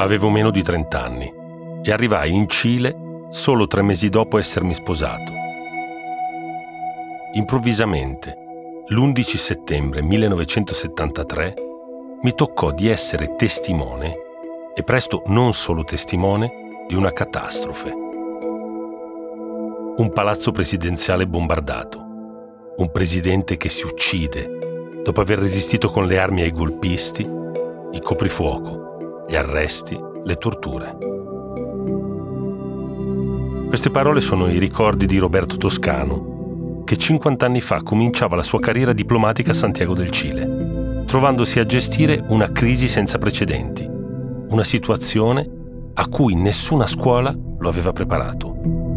Avevo meno di 30 anni e arrivai in Cile solo 3 mesi dopo essermi sposato. Improvvisamente, l'11 settembre 1973, mi toccò di essere testimone, e presto non solo testimone, di una catastrofe. Un palazzo presidenziale bombardato, un presidente che si uccide dopo aver resistito con le armi ai golpisti, il coprifuoco, gli arresti, le torture. Queste parole sono i ricordi di Roberto Toscano, che 50 anni fa cominciava la sua carriera diplomatica a Santiago del Cile, trovandosi a gestire una crisi senza precedenti, una situazione a cui nessuna scuola lo aveva preparato.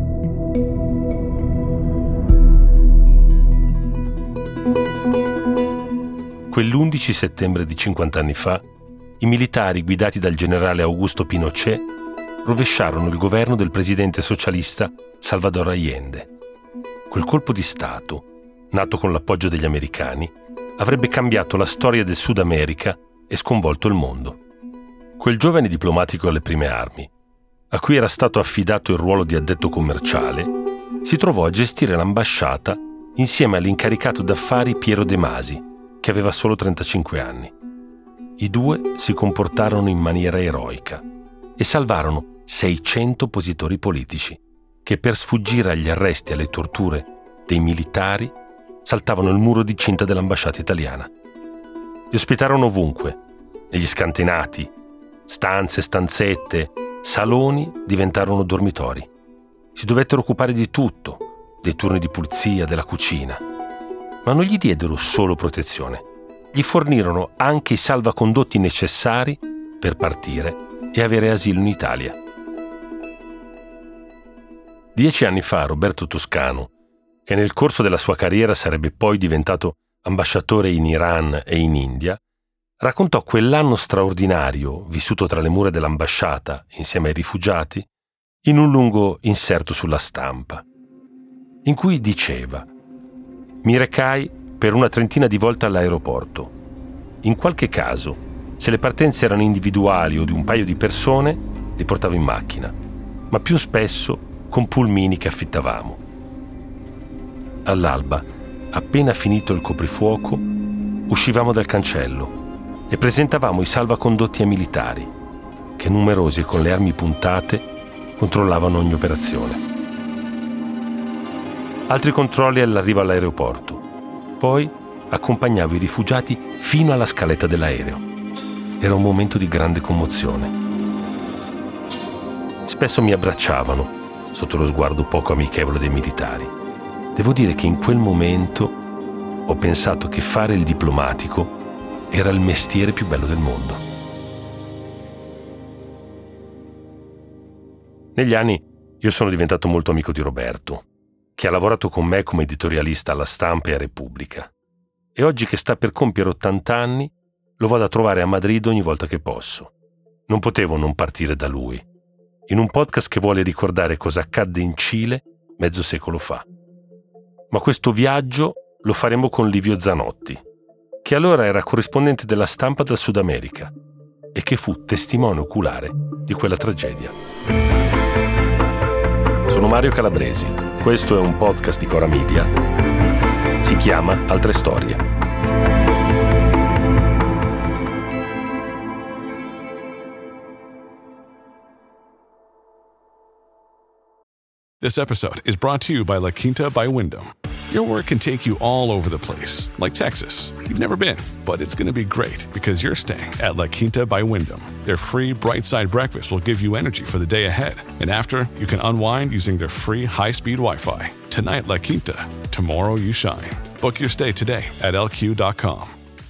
Quell'11 settembre di 50 anni fa, i militari guidati dal generale Augusto Pinochet rovesciarono il governo del presidente socialista Salvador Allende. Quel colpo di Stato, nato con l'appoggio degli americani, avrebbe cambiato la storia del Sud America e sconvolto il mondo. Quel giovane diplomatico alle prime armi, a cui era stato affidato il ruolo di addetto commerciale, si trovò a gestire l'ambasciata insieme all'incaricato d'affari Piero De Masi, che aveva solo 35 anni. I due si comportarono in maniera eroica e salvarono 600 oppositori politici che, per sfuggire agli arresti e alle torture dei militari, saltavano il muro di cinta dell'ambasciata italiana. Li ospitarono ovunque, negli scantinati, stanze, stanzette, saloni diventarono dormitori. Si dovettero occupare di tutto, dei turni di pulizia, della cucina. Ma non gli diedero solo protezione, gli fornirono anche i salvacondotti necessari per partire e avere asilo in Italia. 10 anni fa Roberto Toscano, che nel corso della sua carriera sarebbe poi diventato ambasciatore in Iran e in India, raccontò quell'anno straordinario vissuto tra le mura dell'ambasciata insieme ai rifugiati in un lungo inserto sulla Stampa, in cui diceva: «Mi recai per una trentina di volte all'aeroporto. In qualche caso, se le partenze erano individuali o di un paio di persone, li portavo in macchina, ma più spesso con pulmini che affittavamo. All'alba, appena finito il coprifuoco, uscivamo dal cancello e presentavamo i salvacondotti ai militari, che numerosi e con le armi puntate controllavano ogni operazione. Altri controlli all'arrivo all'aeroporto. Poi accompagnavo i rifugiati fino alla scaletta dell'aereo. Era un momento di grande commozione. Spesso mi abbracciavano, sotto lo sguardo poco amichevole dei militari. Devo dire che in quel momento ho pensato che fare il diplomatico era il mestiere più bello del mondo». Negli anni io sono diventato molto amico di Roberto, che ha lavorato con me come editorialista alla Stampa e a Repubblica. E oggi che sta per compiere 80 anni, lo vado a trovare a Madrid ogni volta che posso. Non potevo non partire da lui, in un podcast che vuole ricordare cosa accadde in Cile mezzo secolo fa. Ma questo viaggio lo faremo con Livio Zanotti, che allora era corrispondente della Stampa dal Sud America e che fu testimone oculare di quella tragedia. Sono Mario Calabresi, questo è un podcast di Cora Media. Si chiama Altre Storie. This episode is brought to you by La Quinta by Wyndham. Your work can take you all over the place, like Texas. You've never been, but it's going to be great because you're staying at La Quinta by Wyndham. Their free Bright Side breakfast will give you energy for the day ahead. And after, you can unwind using their free high-speed Wi-Fi. Tonight, La Quinta. Tomorrow, you shine. Book your stay today at lq.com.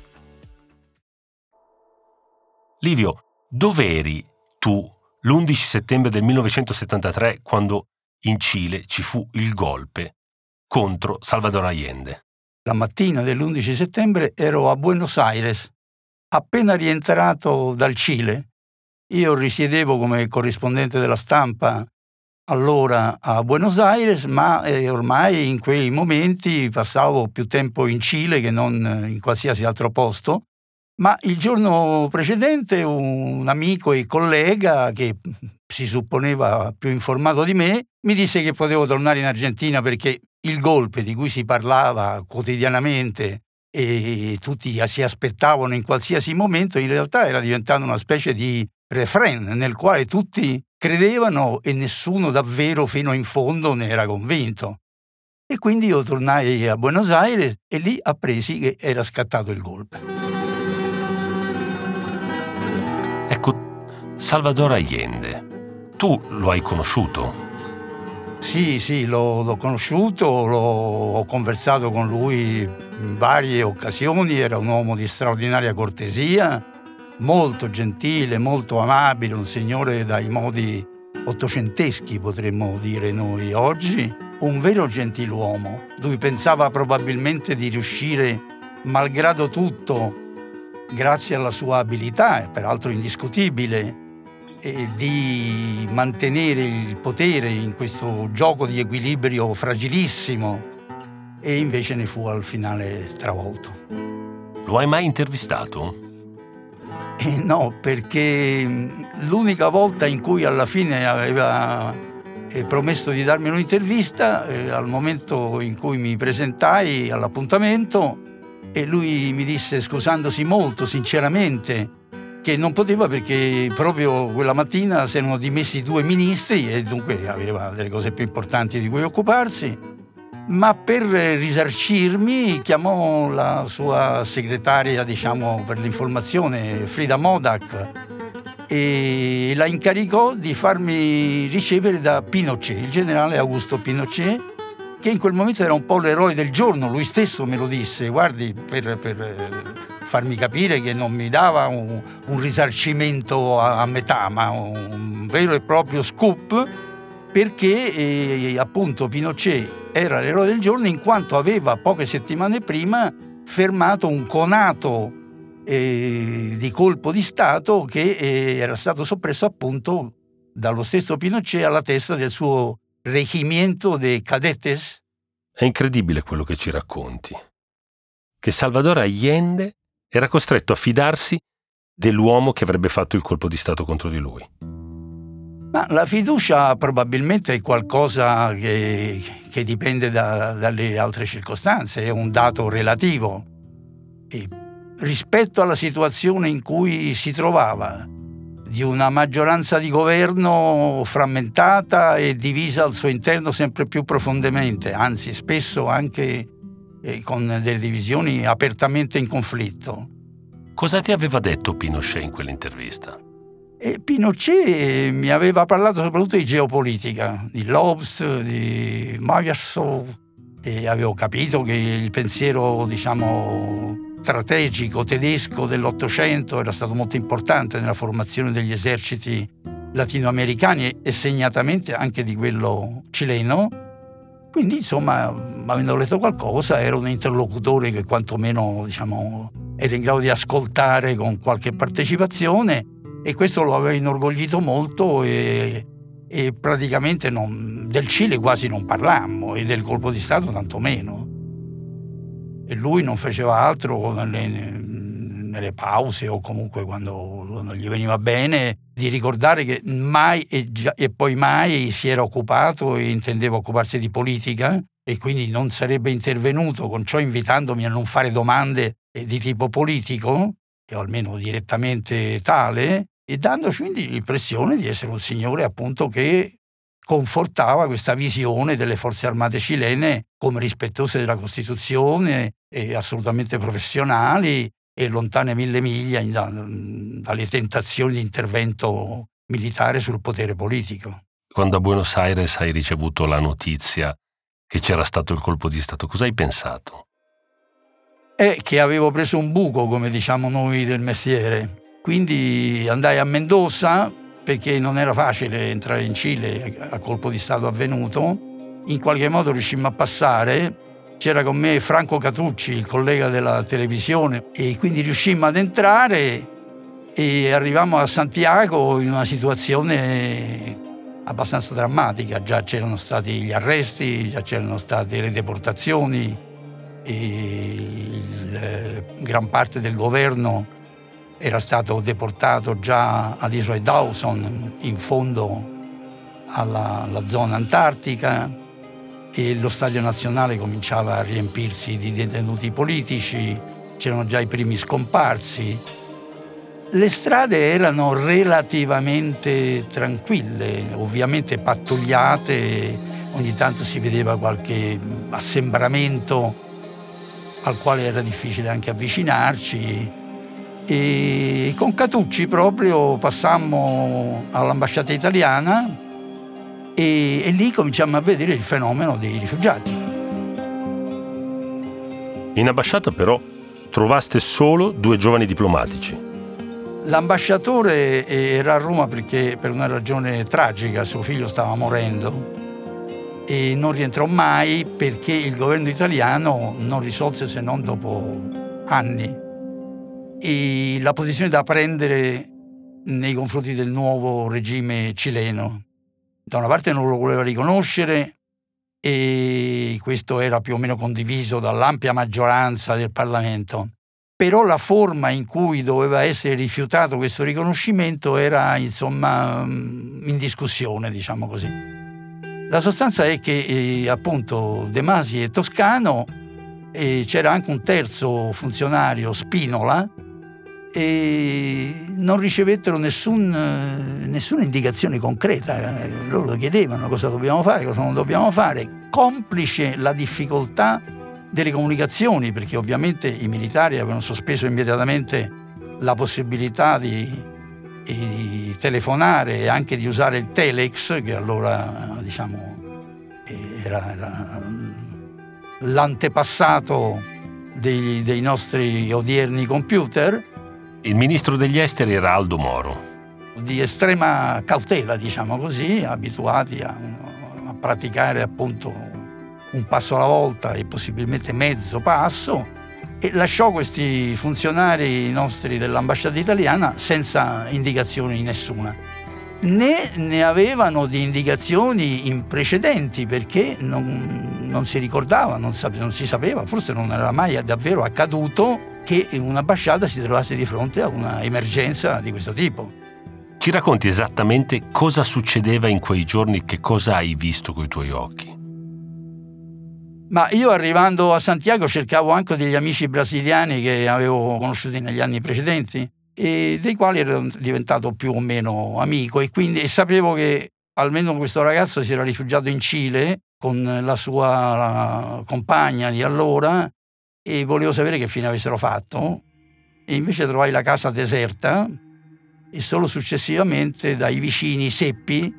Livio, dov'eri tu l'11 settembre del 1973 quando in Cile ci fu il golpe contro Salvador Allende? La mattina dell'11 settembre ero a Buenos Aires. Appena rientrato dal Cile, io risiedevo come corrispondente della Stampa allora a Buenos Aires, ma ormai in quei momenti passavo più tempo in Cile che non in qualsiasi altro posto, Ma il giorno precedente un amico e collega, che si supponeva più informato di me, mi disse che potevo tornare in Argentina perché il golpe di cui si parlava quotidianamente e tutti si aspettavano in qualsiasi momento, in realtà era diventato una specie di refrain nel quale tutti credevano e nessuno davvero fino in fondo ne era convinto. E quindi io tornai a Buenos Aires e lì appresi che era scattato il golpe. Ecco, Salvador Allende, tu lo hai conosciuto? Sì, l'ho conosciuto, ho conversato con lui in varie occasioni, era un uomo di straordinaria cortesia, molto gentile, molto amabile, un signore dai modi ottocenteschi, potremmo dire noi oggi, un vero gentiluomo. Lui pensava probabilmente di riuscire, malgrado tutto, grazie alla sua abilità, peraltro indiscutibile, di mantenere il potere in questo gioco di equilibrio fragilissimo, e invece ne fu al finale stravolto. Lo hai mai intervistato? No, perché l'unica volta in cui alla fine aveva promesso di darmi un'intervista, al momento in cui mi presentai all'appuntamento, e lui mi disse, scusandosi molto sinceramente, che non poteva perché proprio quella mattina si erano dimessi 2 ministri e dunque aveva delle cose più importanti di cui occuparsi, ma per risarcirmi chiamò la sua segretaria, per l'informazione, Frida Modak, e la incaricò di farmi ricevere da Pinochet, il generale Augusto Pinochet, che in quel momento era un po' l'eroe del giorno. Lui stesso me lo disse, guardi, per farmi capire che non mi dava un risarcimento a metà, ma un vero e proprio scoop, perché appunto Pinochet era l'eroe del giorno in quanto aveva poche settimane prima fermato un conato di colpo di Stato che era stato soppresso appunto dallo stesso Pinochet alla testa del suo Regimiento de Cadetes. È incredibile quello che ci racconti. Che Salvador Allende era costretto a fidarsi dell'uomo che avrebbe fatto il colpo di Stato contro di lui. Ma la fiducia probabilmente è qualcosa che dipende dalle altre circostanze, è un dato relativo. E rispetto alla situazione in cui si trovava, di una maggioranza di governo frammentata e divisa al suo interno sempre più profondamente, anzi spesso anche con delle divisioni apertamente in conflitto. Cosa ti aveva detto Pinochet in quell'intervista? Pinochet mi aveva parlato soprattutto di geopolitica, di Lobst, di Meyersow, e avevo capito che il pensiero, strategico tedesco dell'Ottocento era stato molto importante nella formazione degli eserciti latinoamericani e segnatamente anche di quello cileno. Quindi, avendo letto qualcosa, ero un interlocutore che quantomeno, era in grado di ascoltare con qualche partecipazione, e questo lo aveva inorgoglito molto e praticamente del Cile quasi non parlammo e del colpo di Stato tantomeno. E lui non faceva altro nelle pause o comunque quando non gli veniva bene di ricordare che mai e poi mai si era occupato e intendeva occuparsi di politica, e quindi non sarebbe intervenuto, con ciò invitandomi a non fare domande di tipo politico, o almeno direttamente tale, e dandoci quindi l'impressione di essere un signore appunto che confortava questa visione delle forze armate cilene come rispettose della Costituzione e assolutamente professionali e lontane 1000 miglia dalle tentazioni di intervento militare sul potere politico. Quando a Buenos Aires hai ricevuto la notizia che c'era stato il colpo di Stato, cosa hai pensato? Che avevo preso un buco, come diciamo noi del mestiere. Quindi andai a Mendoza, perché non era facile entrare in Cile a colpo di Stato avvenuto. In qualche modo riuscimmo a passare. C'era con me Franco Catucci, il collega della televisione, e quindi riuscimmo ad entrare e arrivammo a Santiago in una situazione abbastanza drammatica. Già c'erano stati gli arresti, già c'erano state le deportazioni e gran parte del governo era stato deportato già all'isola di Dawson, in fondo alla zona antartica, e lo Stadio Nazionale cominciava a riempirsi di detenuti politici, c'erano già i primi scomparsi. Le strade erano relativamente tranquille, ovviamente pattugliate, ogni tanto si vedeva qualche assembramento al quale era difficile anche avvicinarci, e con Catucci proprio passammo all'ambasciata italiana e lì cominciamo a vedere il fenomeno dei rifugiati. In ambasciata però trovaste solo 2 giovani diplomatici. L'ambasciatore era a Roma perché per una ragione tragica suo figlio stava morendo e non rientrò mai perché il governo italiano non risolse, se non dopo anni, e la posizione da prendere nei confronti del nuovo regime cileno. Da una parte non lo voleva riconoscere, e questo era più o meno condiviso dall'ampia maggioranza del Parlamento, però la forma in cui doveva essere rifiutato questo riconoscimento era insomma in discussione, diciamo così. La sostanza è che appunto De Masi è toscano, e c'era anche un terzo funzionario, Spinola, e non ricevettero nessuna indicazione concreta. Loro lo chiedevano cosa dobbiamo fare, cosa non dobbiamo fare, complice la difficoltà delle comunicazioni, perché ovviamente i militari avevano sospeso immediatamente la possibilità di telefonare e anche di usare il telex, che allora diciamo era l'antepassato dei nostri odierni computer. Il ministro degli esteri era Aldo Moro. Di estrema cautela, diciamo così, abituati a praticare appunto un passo alla volta e possibilmente mezzo passo, e lasciò questi funzionari nostri dell'ambasciata italiana senza indicazioni nessuna. Né ne avevano di indicazioni in precedenti, perché non si ricordava, non si sapeva, forse non era mai davvero accaduto che un'ambasciata si trovasse di fronte a una emergenza di questo tipo. Ci racconti esattamente cosa succedeva in quei giorni, che cosa hai visto coi tuoi occhi? Ma io arrivando a Santiago cercavo anche degli amici brasiliani che avevo conosciuti negli anni precedenti e dei quali ero diventato più o meno amico, e quindi sapevo che almeno questo ragazzo si era rifugiato in Cile con la sua compagna di allora, e volevo sapere che fine avessero fatto, e invece trovai la casa deserta, e solo successivamente dai vicini seppi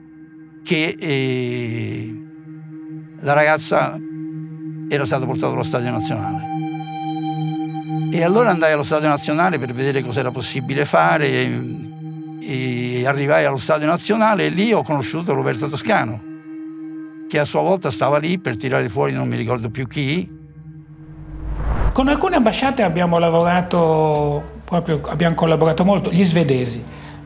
che la ragazza era stata portata allo Stadio Nazionale. E allora andai allo Stadio Nazionale per vedere cosa era possibile fare, e arrivai allo Stadio Nazionale e lì ho conosciuto Roberto Toscano, che a sua volta stava lì per tirare fuori non mi ricordo più chi. Con alcune ambasciate abbiamo collaborato molto. Gli svedesi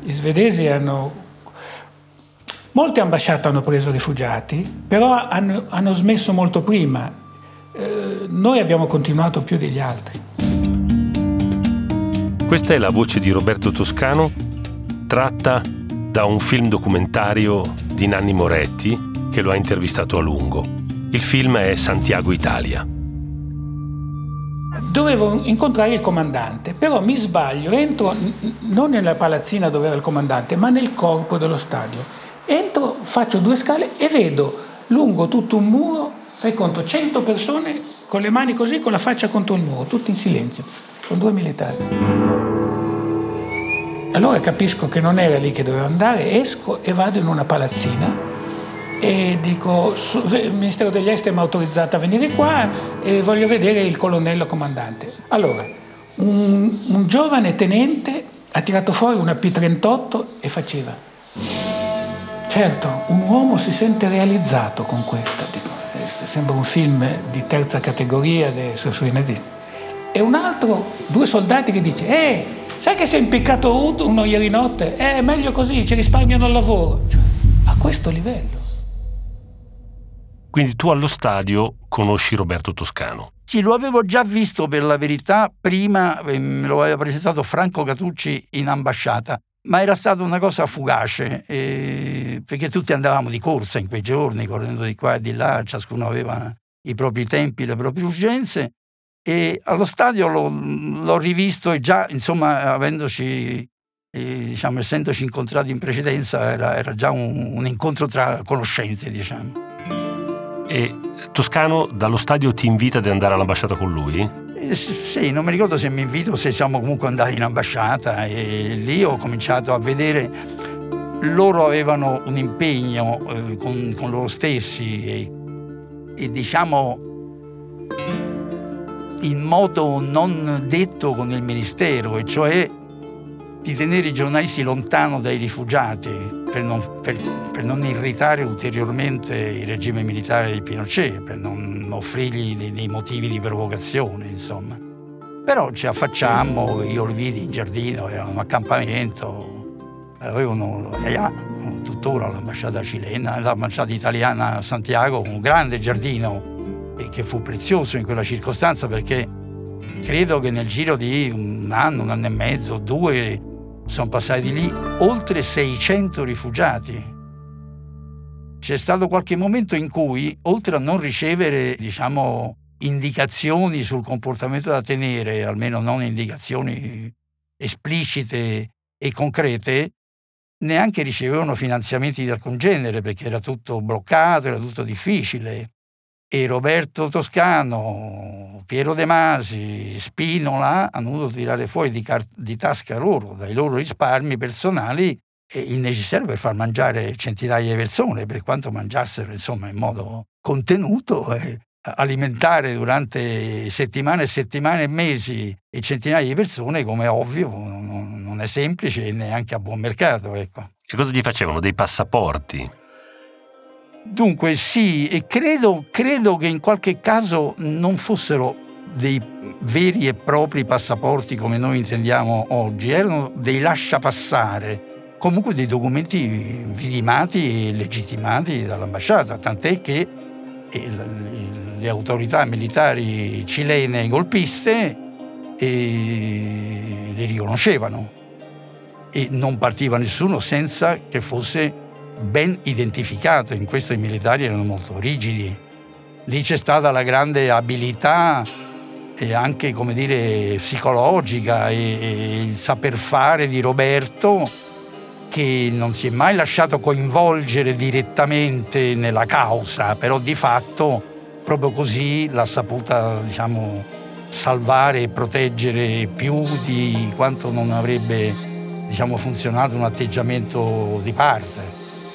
molte ambasciate hanno preso rifugiati, però hanno smesso molto prima. Noi abbiamo continuato più degli altri. Questa è la voce di Roberto Toscano, tratta da un film documentario di Nanni Moretti, che lo ha intervistato a lungo. Il film è Santiago Italia. Dovevo incontrare il comandante, però mi sbaglio, entro non nella palazzina dove era il comandante, ma nel corpo dello stadio. Entro, faccio 2 scale e vedo lungo tutto un muro, fai conto, 100 persone con le mani così, con la faccia contro il muro, tutti in silenzio, con 2 militari. Allora capisco che non era lì che dovevo andare, esco e vado in una palazzina e dico: il Ministero degli Esteri mi ha autorizzato a venire qua e voglio vedere il colonnello comandante. Allora, un giovane tenente ha tirato fuori una P38 e faceva: certo, un uomo si sente realizzato con questa. Dico, sembra un film di terza categoria sui nazisti. E un altro, 2 soldati che dice: sai che si è impiccato uno ieri notte? È meglio così, ci risparmiano il lavoro. Cioè, a questo livello. Quindi tu allo stadio conosci Roberto Toscano? Sì, lo avevo già visto, per la verità, prima me lo aveva presentato Franco Catucci in ambasciata, ma era stata una cosa fugace, perché tutti andavamo di corsa in quei giorni, correndo di qua e di là, ciascuno aveva i propri tempi, le proprie urgenze, e allo stadio l'ho rivisto, e già, insomma, avendoci, diciamo, essendoci incontrati in precedenza, era già un incontro tra conoscenze, diciamo. E Toscano dallo stadio ti invita ad andare all'ambasciata con lui? Sì, non mi ricordo se mi invito o se siamo comunque andati in ambasciata, e lì ho cominciato a vedere. Loro avevano un impegno con loro stessi e diciamo in modo non detto con il ministero, e cioè di tenere i giornalisti lontano dai rifugiati per non irritare ulteriormente il regime militare di Pinochet, per non offrirgli dei motivi di provocazione, insomma. Però ci affacciammo, io li vidi in giardino, era un accampamento, avevano tuttora l'ambasciata cilena, l'ambasciata italiana a Santiago, un grande giardino, e che fu prezioso in quella circostanza, perché credo che nel giro di un anno e mezzo, 2, sono passati di lì oltre 600 rifugiati. C'è stato qualche momento in cui, oltre a non ricevere, diciamo, indicazioni sul comportamento da tenere, almeno non indicazioni esplicite e concrete, neanche ricevevano finanziamenti di alcun genere, perché era tutto bloccato, era tutto difficile. E Roberto Toscano, Piero De Masi, Spinola hanno dovuto tirare fuori di tasca loro, dai loro risparmi personali, il necessario per far mangiare centinaia di persone, per quanto mangiassero, insomma, in modo contenuto, alimentare durante settimane e settimane e mesi e centinaia di persone, come è ovvio, non è semplice e neanche a buon mercato, ecco. E cosa gli facevano? Dei passaporti? Dunque sì, e credo che in qualche caso non fossero dei veri e propri passaporti come noi intendiamo oggi, erano dei lasciapassare, comunque dei documenti vidimati e legittimati dall'ambasciata, tant'è che le autorità militari cilene golpiste li riconoscevano, e non partiva nessuno senza che fosse ben identificato. In questo i militari erano molto rigidi. Lì c'è stata la grande abilità e anche, come dire, psicologica e il saper fare di Roberto, che non si è mai lasciato coinvolgere direttamente nella causa, però di fatto proprio così l'ha saputa, diciamo, salvare e proteggere più di quanto non avrebbe, diciamo, funzionato un atteggiamento di parte.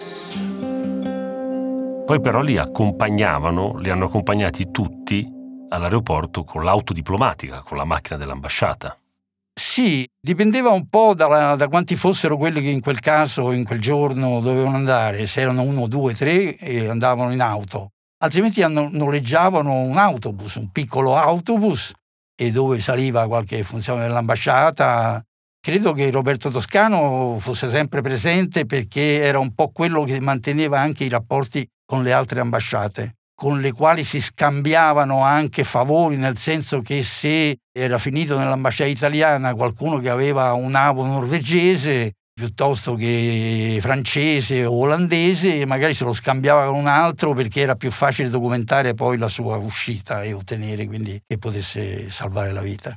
Poi però li hanno accompagnati tutti all'aeroporto con l'auto diplomatica, con la macchina dell'ambasciata. Sì, dipendeva un po' da quanti fossero quelli che in quel caso, in quel giorno, dovevano andare. Se erano 1, 2, 3 e andavano in auto. Altrimenti noleggiavano un autobus, un piccolo autobus, e dove saliva qualche funzionario dell'ambasciata. Credo che Roberto Toscano fosse sempre presente, perché era un po' quello che manteneva anche i rapporti con le altre ambasciate, con le quali si scambiavano anche favori, nel senso che se era finito nell'ambasciata italiana qualcuno che aveva un avo norvegese piuttosto che francese o olandese, magari se lo scambiava con un altro, perché era più facile documentare poi la sua uscita e ottenere quindi che potesse salvare la vita.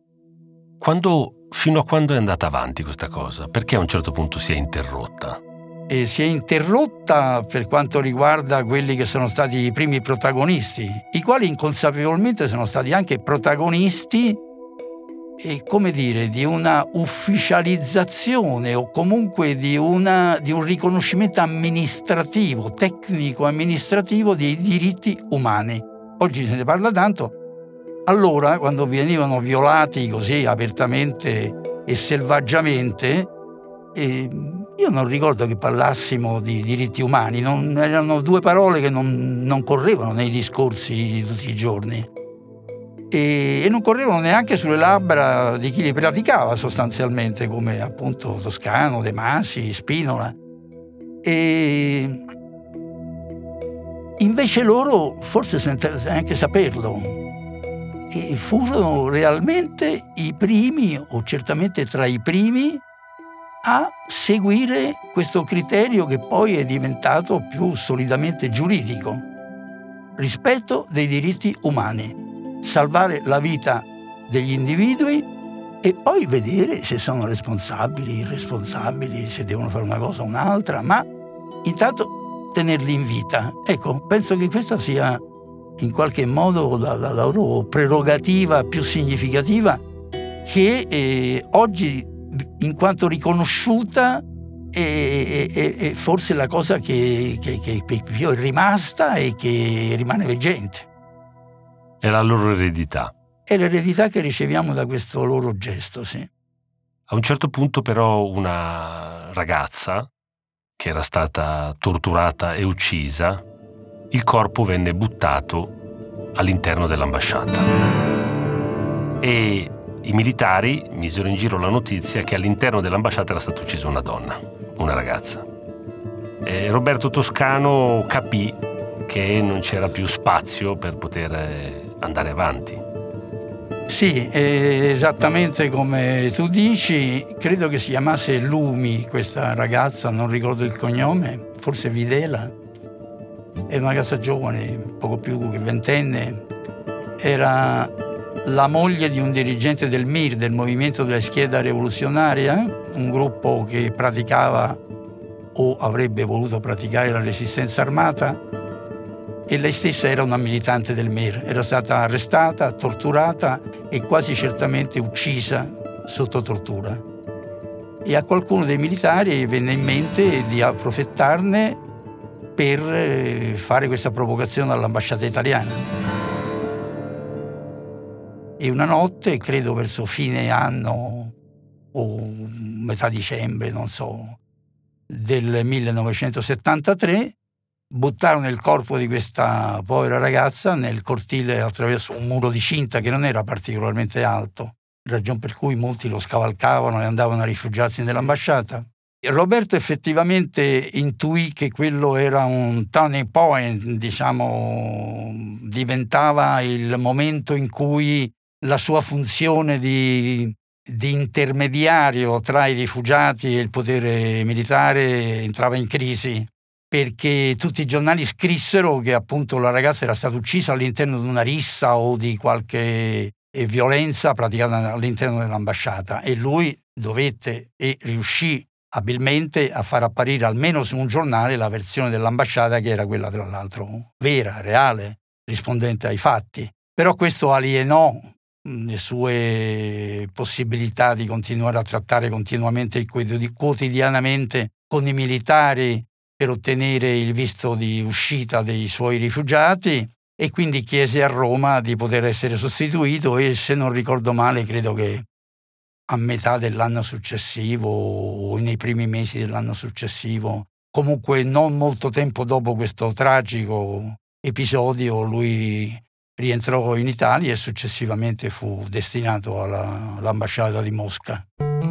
Fino a quando è andata avanti questa cosa? Perché a un certo punto si è interrotta? E si è interrotta per quanto riguarda quelli che sono stati i primi protagonisti, i quali inconsapevolmente sono stati anche protagonisti di una ufficializzazione o comunque di un riconoscimento amministrativo, tecnico-amministrativo dei diritti umani. Oggi se ne parla tanto. Allora, quando venivano violati così apertamente e selvaggiamente, io non ricordo che parlassimo di diritti umani, erano 2 parole che non correvano nei discorsi di tutti i giorni e non correvano neanche sulle labbra di chi li praticava sostanzialmente, come appunto Toscano, De Masi, Spinola. E invece loro, forse senza neanche saperlo, e furono realmente i primi, o certamente tra i primi, a seguire questo criterio che poi è diventato più solidamente giuridico: rispetto dei diritti umani, salvare la vita degli individui e poi vedere se sono responsabili, irresponsabili, se devono fare una cosa o un'altra, ma intanto tenerli in vita. Ecco, penso che questa sia in qualche modo la loro prerogativa più significativa, che oggi, in quanto riconosciuta, è forse la cosa che più è rimasta e che rimane veggente. È la loro eredità. È l'eredità che riceviamo da questo loro gesto, sì. A un certo punto però una ragazza che era stata torturata e uccisa, il corpo venne buttato all'interno dell'ambasciata e i militari misero in giro la notizia che all'interno dell'ambasciata era stata uccisa una donna, una ragazza. E Roberto Toscano capì che non c'era più spazio per poter andare avanti. Sì, esattamente come tu dici. Credo che si chiamasse Lumi questa ragazza, non ricordo il cognome, forse Videla. È una ragazza giovane, poco più che ventenne. Era la moglie di un dirigente del MIR, del Movimento della Schiera Rivoluzionaria, un gruppo che praticava o avrebbe voluto praticare la resistenza armata, e lei stessa era una militante del MIR. Era stata arrestata, torturata e quasi certamente uccisa sotto tortura. E a qualcuno dei militari venne in mente di approfittarne per fare questa provocazione all'ambasciata italiana. E una notte, credo verso fine anno o metà dicembre, non so, del 1973, buttarono il corpo di questa povera ragazza nel cortile attraverso un muro di cinta che non era particolarmente alto, ragion per cui molti lo scavalcavano e andavano a rifugiarsi nell'ambasciata. E Roberto effettivamente intuì che quello era un turning point, diciamo, diventava il momento in cui la sua funzione di intermediario tra i rifugiati e il potere militare entrava in crisi, perché tutti i giornali scrissero che appunto la ragazza era stata uccisa all'interno di una rissa o di qualche violenza praticata all'interno dell'ambasciata, e lui dovette e riuscì abilmente a far apparire almeno su un giornale la versione dell'ambasciata, che era quella tra l'altro vera, reale, rispondente ai fatti. Però questo alienò le sue possibilità di continuare a trattare continuamente e quotidianamente con i militari per ottenere il visto di uscita dei suoi rifugiati, e quindi chiese a Roma di poter essere sostituito, e se non ricordo male credo che a metà dell'anno successivo o nei primi mesi dell'anno successivo, comunque non molto tempo dopo questo tragico episodio, lui rientrò in Italia e successivamente fu destinato all'ambasciata di Mosca.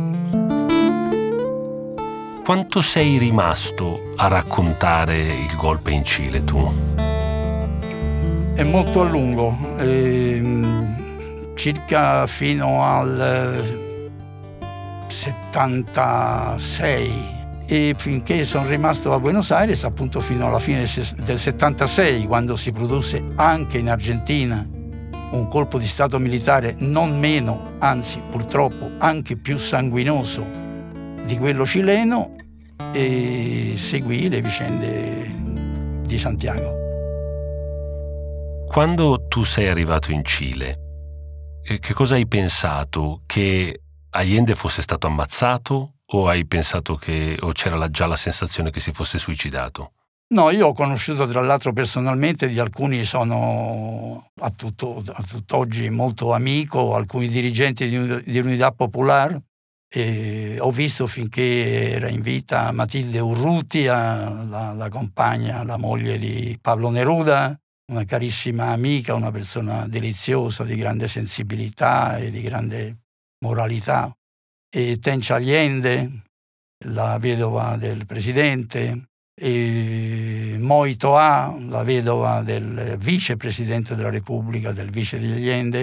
Quanto sei rimasto a raccontare il golpe in Cile tu? È molto a lungo, circa fino al 76, e finché sono rimasto a Buenos Aires, appunto fino alla fine del 76, quando si produsse anche in Argentina un colpo di stato militare non meno, anzi purtroppo anche più sanguinoso di quello cileno, e seguì le vicende di Santiago. Quando tu sei arrivato in Cile, che cosa hai pensato? Che Allende fosse stato ammazzato, o hai pensato o c'era già la sensazione che si fosse suicidato? No, io ho conosciuto tra l'altro personalmente, di alcuni sono a tutt'oggi molto amico, alcuni dirigenti di Unità Popular, e ho visto finché era in vita Matilde Urrutia, la compagna, la moglie di Pablo Neruda, una carissima amica, una persona deliziosa, di grande sensibilità e di grande moralità, e Tencha Allende, la vedova del presidente, e Moi Toa, la vedova del vicepresidente della Repubblica, del vice di Allende,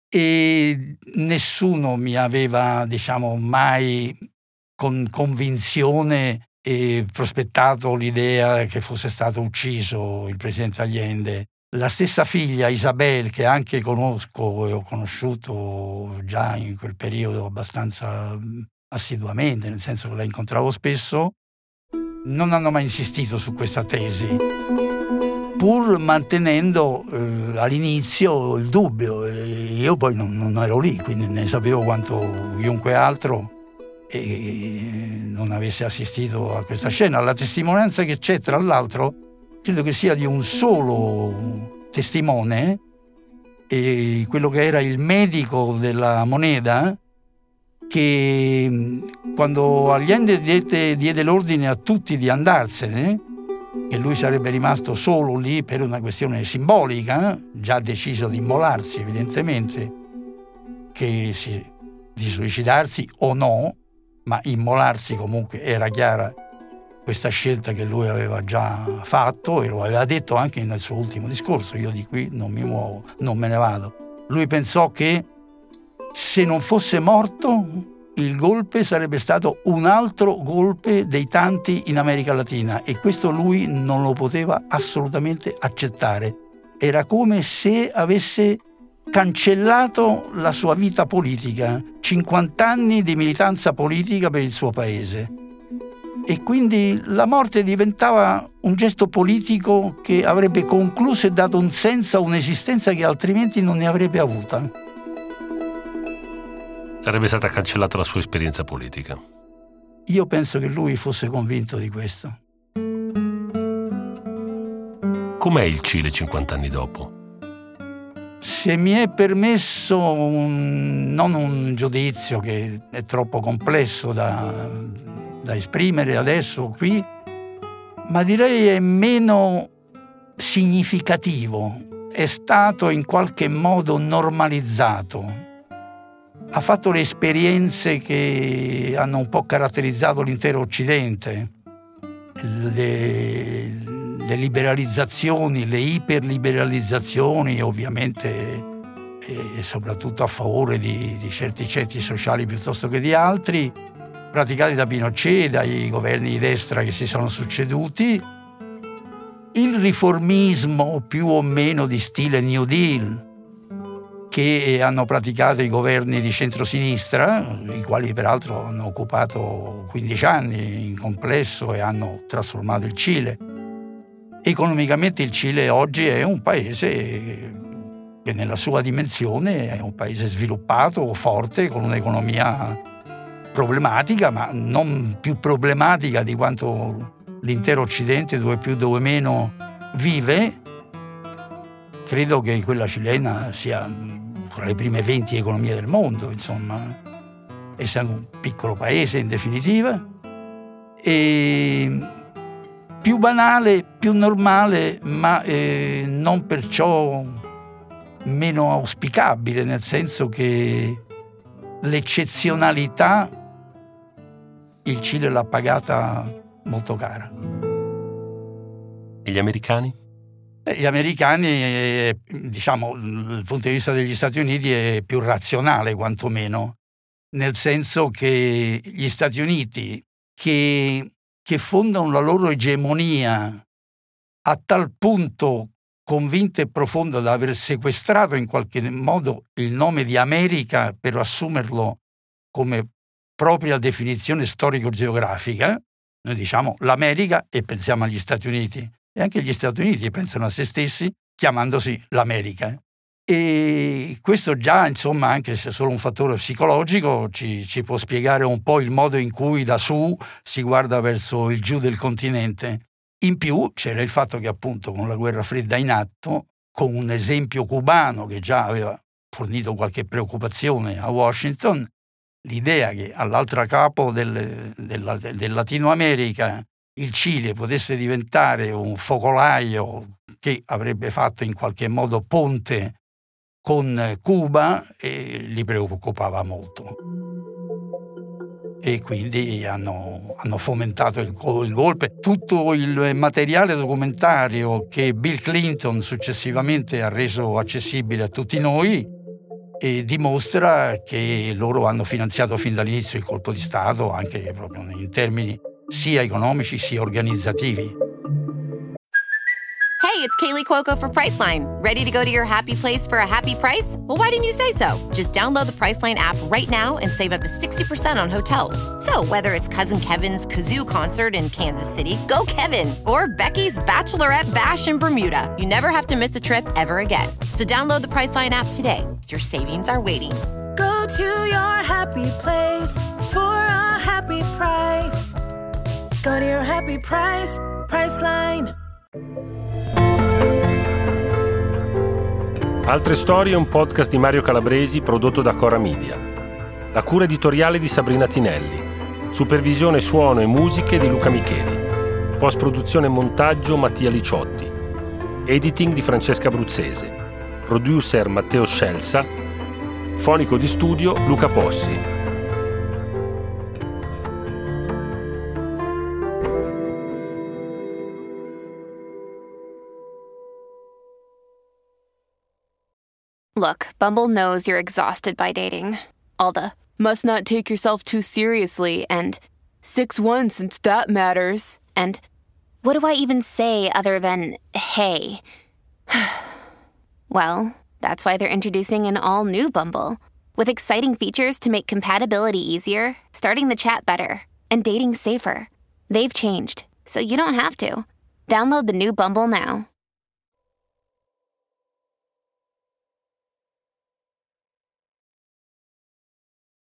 e nessuno mi aveva, mai con convinzione prospettato l'idea che fosse stato ucciso il presidente Allende. La stessa figlia Isabel, che anche conosco e ho conosciuto già in quel periodo abbastanza assiduamente, nel senso che la incontravo spesso, non hanno mai insistito su questa tesi, pur mantenendo all'inizio il dubbio. Io poi non ero lì, quindi ne sapevo quanto chiunque altro e non avesse assistito a questa scena. La testimonianza che c'è, tra l'altro, credo che sia di un solo testimone, e quello che era il medico della Moneda, che quando Allende diede l'ordine a tutti di andarsene, che lui sarebbe rimasto solo lì per una questione simbolica, già deciso di immolarsi evidentemente, di suicidarsi o no, ma immolarsi comunque era chiara questa scelta che lui aveva già fatto e lo aveva detto anche nel suo ultimo discorso: io di qui non mi muovo, non me ne vado. Lui pensò che se non fosse morto il golpe sarebbe stato un altro golpe dei tanti in America Latina, e questo lui non lo poteva assolutamente accettare. Era come se avesse cancellato la sua vita politica, 50 anni di militanza politica per il suo paese. E quindi la morte diventava un gesto politico che avrebbe concluso e dato un senso a un'esistenza che altrimenti non ne avrebbe avuta. Sarebbe stata cancellata la sua esperienza politica. Io penso che lui fosse convinto di questo. Com'è il Cile 50 anni dopo? Se mi è permesso non un giudizio che è troppo complesso da esprimere adesso qui, ma direi è meno significativo, è stato in qualche modo normalizzato. Ha fatto le esperienze che hanno un po' caratterizzato l'intero Occidente, le liberalizzazioni, le iperliberalizzazioni, ovviamente, e soprattutto a favore di certi ceti sociali piuttosto che di altri, praticati da Pinochet, dai governi di destra che si sono succeduti, il riformismo più o meno di stile New Deal che hanno praticato i governi di centrosinistra, i quali peraltro hanno occupato 15 anni in complesso e hanno trasformato il Cile. Economicamente il Cile oggi è un paese che nella sua dimensione è un paese sviluppato, forte, con un'economia problematica, ma non più problematica di quanto l'intero Occidente, dove più dove meno, vive. Credo che quella cilena sia tra le prime 20 economie del mondo, insomma, essendo un piccolo paese in definitiva, e più banale, più normale, ma non perciò meno auspicabile, nel senso che l'eccezionalità il Cile l'ha pagata molto cara. E gli americani? Gli americani, dal punto di vista degli Stati Uniti, è più razionale quantomeno, nel senso che gli Stati Uniti, che fondano la loro egemonia a tal punto convinta e profonda da aver sequestrato in qualche modo il nome di America per assumerlo come propria definizione storico-geografica, noi diciamo l'America e pensiamo agli Stati Uniti. E anche gli Stati Uniti pensano a se stessi chiamandosi l'America. E questo già, insomma, anche se è solo un fattore psicologico, ci può spiegare un po' il modo in cui da su si guarda verso il giù del continente. In più c'era il fatto che appunto con la guerra fredda in atto, con un esempio cubano che già aveva fornito qualche preoccupazione a Washington, l'idea che all'altro capo del Latino America il Cile potesse diventare un focolaio che avrebbe fatto in qualche modo ponte con Cuba li preoccupava molto. E quindi hanno fomentato il golpe. Tutto il materiale documentario che Bill Clinton successivamente ha reso accessibile a tutti noi e dimostra che loro hanno finanziato fin dall'inizio il colpo di Stato, anche proprio in termini sia economici sia organizzativi. Hey, it's Kaylee Cuoco for Priceline. Ready to go to your happy place for a happy price? Well, why didn't you say so? Just download the Priceline app right now and save up to 60% on hotels. So whether it's Cousin Kevin's Kazoo Concert in Kansas City, go Kevin, or Becky's Bachelorette Bash in Bermuda, you never have to miss a trip ever again. So download the Priceline app today. Your savings are waiting. Go to your happy place for a happy price. Go to your happy price, Priceline. Altre storie è un podcast di Mario Calabresi prodotto da Cora Media. La cura editoriale di Sabrina Tinelli. Supervisione suono e musiche di Luca Micheli. Post-produzione e montaggio Mattia Liciotti. Editing di Francesca Bruzzese. Producer Matteo Scelsa. Fonico di studio Luca Possi. Look, Bumble knows you're exhausted by dating. All the, must not take yourself too seriously, and 6'1" since that matters, and what do I even say other than, hey? Well, that's why they're introducing an all-new Bumble, with exciting features to make compatibility easier, starting the chat better, and dating safer. They've changed, so you don't have to. Download the new Bumble now.